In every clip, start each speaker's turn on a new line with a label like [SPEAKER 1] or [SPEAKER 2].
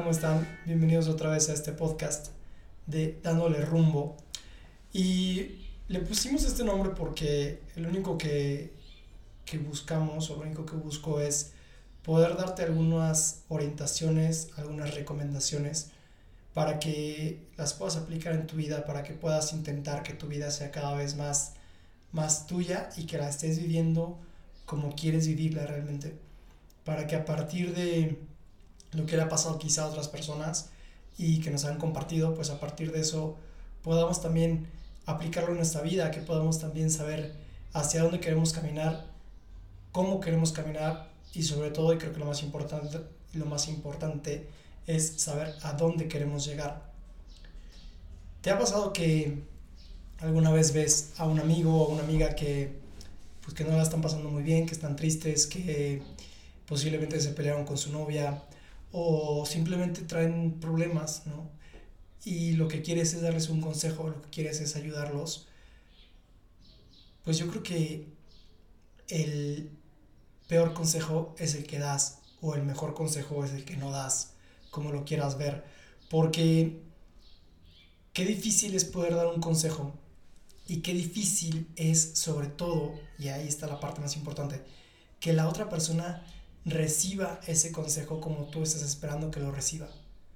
[SPEAKER 1] ¿cómo están? Bienvenidos otra vez a este podcast de Dándole Rumbo. Y le pusimos este nombre porque lo único que buscamos, o lo único que busco es poder darte algunas orientaciones, algunas recomendaciones para que las puedas aplicar en tu vida, para que puedas intentar que tu vida sea cada vez más tuya y que la estés viviendo como quieres vivirla realmente. Para que a partir de lo que le ha pasado quizá a otras personas y que nos han compartido, pues a partir de eso podamos también aplicarlo en nuestra vida, que podamos también saber hacia dónde queremos caminar, cómo queremos caminar y sobre todo, y creo que lo más importante es saber a dónde queremos llegar. ¿Te ha pasado que alguna vez ves a un amigo o una amiga que no la están pasando muy bien, que están tristes, que posiblemente se pelearon con su novia o simplemente traen problemas, ¿no? Y lo que quieres es darles un consejo, lo que quieres es ayudarlos? Pues yo creo que el peor consejo es el que das o el mejor consejo es el que no das, como lo quieras ver, porque qué difícil es poder dar un consejo y qué difícil es, sobre todo, y ahí está la parte más importante, que la otra persona reciba ese consejo como tú estás esperando que lo reciba.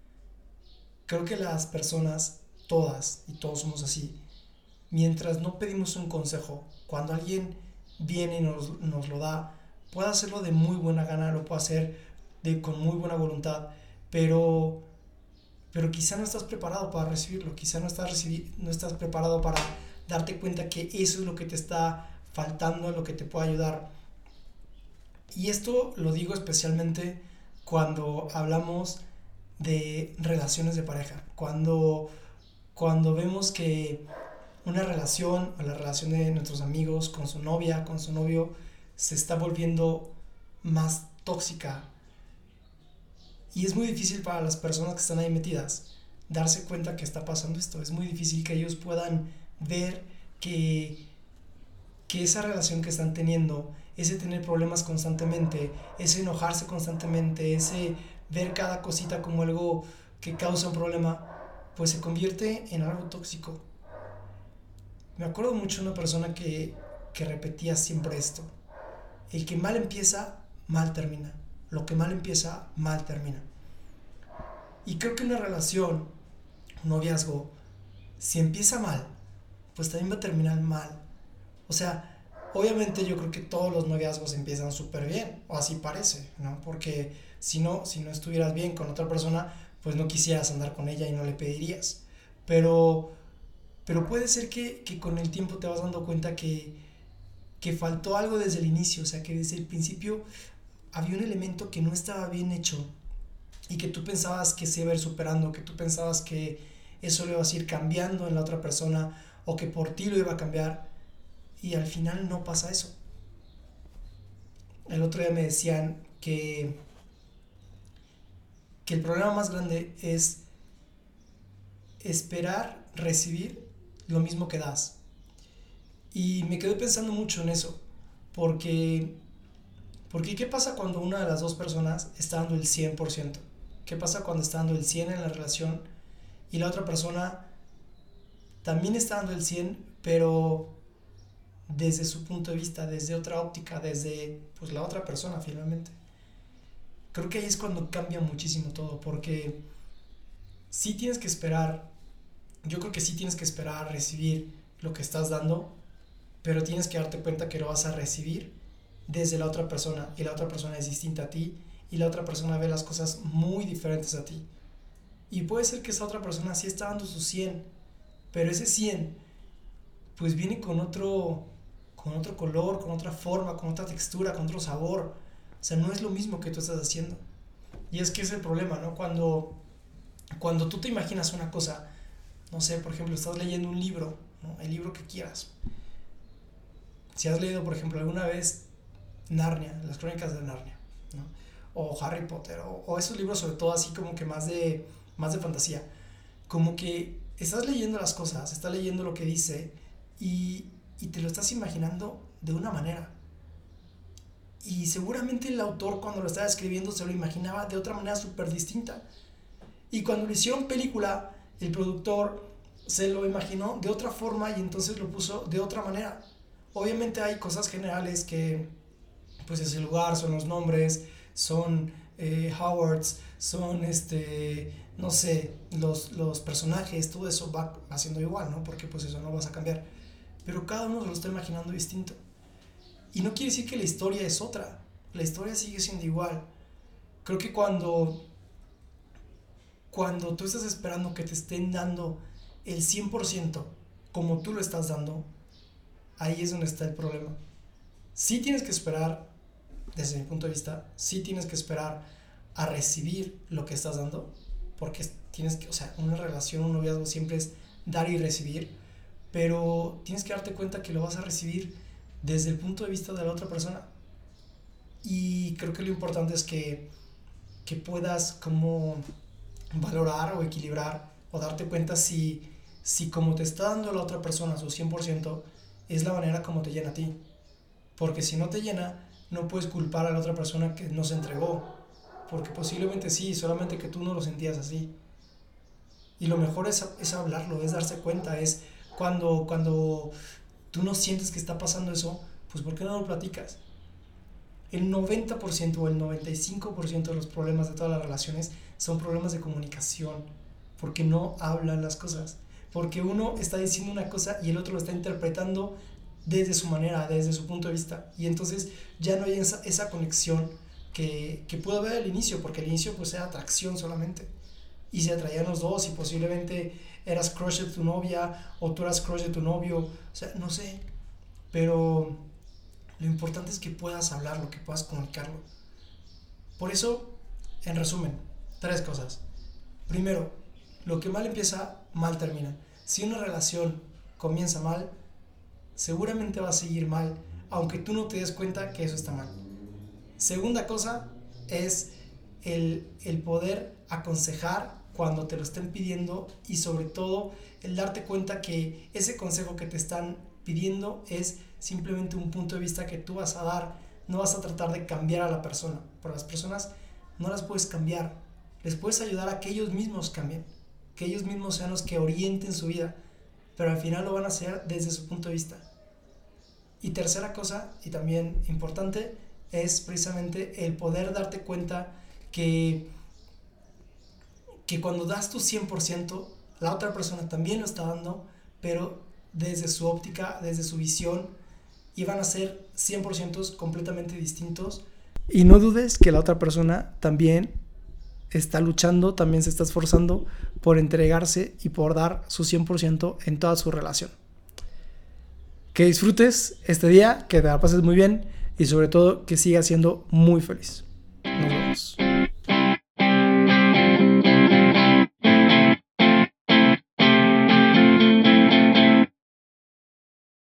[SPEAKER 1] Creo que las personas, todas y todos somos así, mientras no pedimos un consejo, cuando alguien viene y nos lo da, puede hacerlo de muy buena gana, lo puede hacer con muy buena voluntad, pero, pero quizá no estás preparado para recibirlo, quizá no estás preparado para darte cuenta que eso es lo que te está faltando, lo que te puede ayudar. Y esto lo digo especialmente cuando hablamos de relaciones de pareja, cuando vemos que una relación o la relación de nuestros amigos con su novia, con su novio, se está volviendo más tóxica. Y es muy difícil para las personas que están ahí metidas darse cuenta que está pasando esto. Es muy difícil que ellos puedan ver que esa relación que están teniendo, ese tener problemas constantemente, ese enojarse constantemente, ese ver cada cosita como algo que causa un problema, pues se convierte en algo tóxico. Me acuerdo mucho de una persona que repetía siempre esto: el que mal empieza, mal termina. Lo que mal empieza, mal termina. Y creo que una relación, un noviazgo, si empieza mal, pues también va a terminar mal. O sea, obviamente yo creo que todos los noviazgos empiezan súper bien, o así parece, ¿no? Porque si no estuvieras bien con otra persona, pues no quisieras andar con ella y no le pedirías. Pero, pero puede ser que con el tiempo te vas dando cuenta que faltó algo desde el inicio, o sea, que desde el principio había un elemento que no estaba bien hecho y que tú pensabas que se iba a ir superando, que tú pensabas que eso lo ibas a ir cambiando en la otra persona o que por ti lo iba a cambiar, y al final no pasa eso. El otro día me decían que el problema más grande es esperar recibir lo mismo que das. Y me quedé pensando mucho en eso, porque, porque ¿qué pasa cuando una de las dos personas está dando el 100%? ¿Qué pasa cuando está dando el 100 en la relación y la otra persona también está dando el 100, pero desde su punto de vista, desde otra óptica, desde pues la otra persona finalmente? Creo que ahí es cuando cambia muchísimo todo, porque sí tienes que esperar, yo creo que sí tienes que esperar a recibir lo que estás dando, pero tienes que darte cuenta que lo vas a recibir desde la otra persona y la otra persona es distinta a ti y la otra persona ve las cosas muy diferentes a ti. Y puede ser que esa otra persona sí está dando su 100, pero ese 100 pues viene con otro color, con otra forma, con otra textura, con otro sabor. O sea, no es lo mismo que tú estás haciendo. Y es que es el problema, ¿no? Cuando tú te imaginas una cosa, no sé, por ejemplo, estás leyendo un libro, ¿no? El libro que quieras. Si has leído, por ejemplo, alguna vez Narnia, las crónicas de Narnia, ¿no? O Harry Potter, o esos libros sobre todo así como que más de fantasía. Como que estás leyendo las cosas, estás leyendo lo que dice y te lo estás imaginando de una manera. Y seguramente el autor cuando lo estaba escribiendo se lo imaginaba de otra manera súper distinta. Y cuando lo hicieron película, el productor se lo imaginó de otra forma y entonces lo puso de otra manera. Obviamente hay cosas generales que pues es el lugar, son los nombres, son Howards, son no sé, los personajes, todo eso va haciendo igual, ¿no? Porque pues eso no vas a cambiar. Pero cada uno se lo está imaginando distinto. Y no quiere decir que la historia es otra. La historia sigue siendo igual. Creo que cuando tú estás esperando que te estén dando el 100% como tú lo estás dando, ahí es donde está el problema. Sí tienes que esperar, desde mi punto de vista, sí tienes que esperar a recibir lo que estás dando, porque tienes que, o sea, una relación, un noviazgo siempre es dar y recibir, pero tienes que darte cuenta que lo vas a recibir desde el punto de vista de la otra persona. Y creo que lo importante es que puedas como valorar o equilibrar o darte cuenta si como te está dando la otra persona su 100% es la manera como te llena a ti. Porque si no te llena, no puedes culpar a la otra persona que no se entregó, porque posiblemente sí, solamente que tú no lo sentías así. Y lo mejor es hablarlo, es darse cuenta, es cuando tú no sientes que está pasando eso, pues ¿por qué no lo platicas? El 90% o el 95% de los problemas de todas las relaciones son problemas de comunicación, porque no hablan las cosas, porque uno está diciendo una cosa y el otro lo está interpretando desde su manera, desde su punto de vista, y entonces ya no hay esa conexión que pudo haber al inicio, porque al inicio pues era atracción solamente, y se atraían los dos, y posiblemente eras crush de tu novia, o tú eras crush de tu novio, o sea, no sé, pero lo importante es que puedas hablarlo, que puedas comunicarlo. Por eso, en resumen, 3 cosas. Primero, lo que mal empieza, mal termina. Si una relación comienza mal, seguramente va a seguir mal, aunque tú no te des cuenta que eso está mal. Segunda cosa es el poder aconsejar cuando te lo estén pidiendo, y sobre todo el darte cuenta que ese consejo que te están pidiendo es simplemente un punto de vista que tú vas a dar. No vas a tratar de cambiar a la persona, porque las personas no las puedes cambiar, les puedes ayudar a que ellos mismos cambien, que ellos mismos sean los que orienten su vida, pero al final lo van a hacer desde su punto de vista. Y tercera cosa, y también importante, es precisamente el poder darte cuenta que cuando das tu 100%, la otra persona también lo está dando, pero desde su óptica, desde su visión, y van a ser 100% completamente distintos. Y no dudes que la otra persona también está luchando, también se está esforzando por entregarse y por dar su 100% en toda su relación. Que disfrutes este día, que te la pases muy bien y sobre todo que sigas siendo muy feliz. Nos vemos.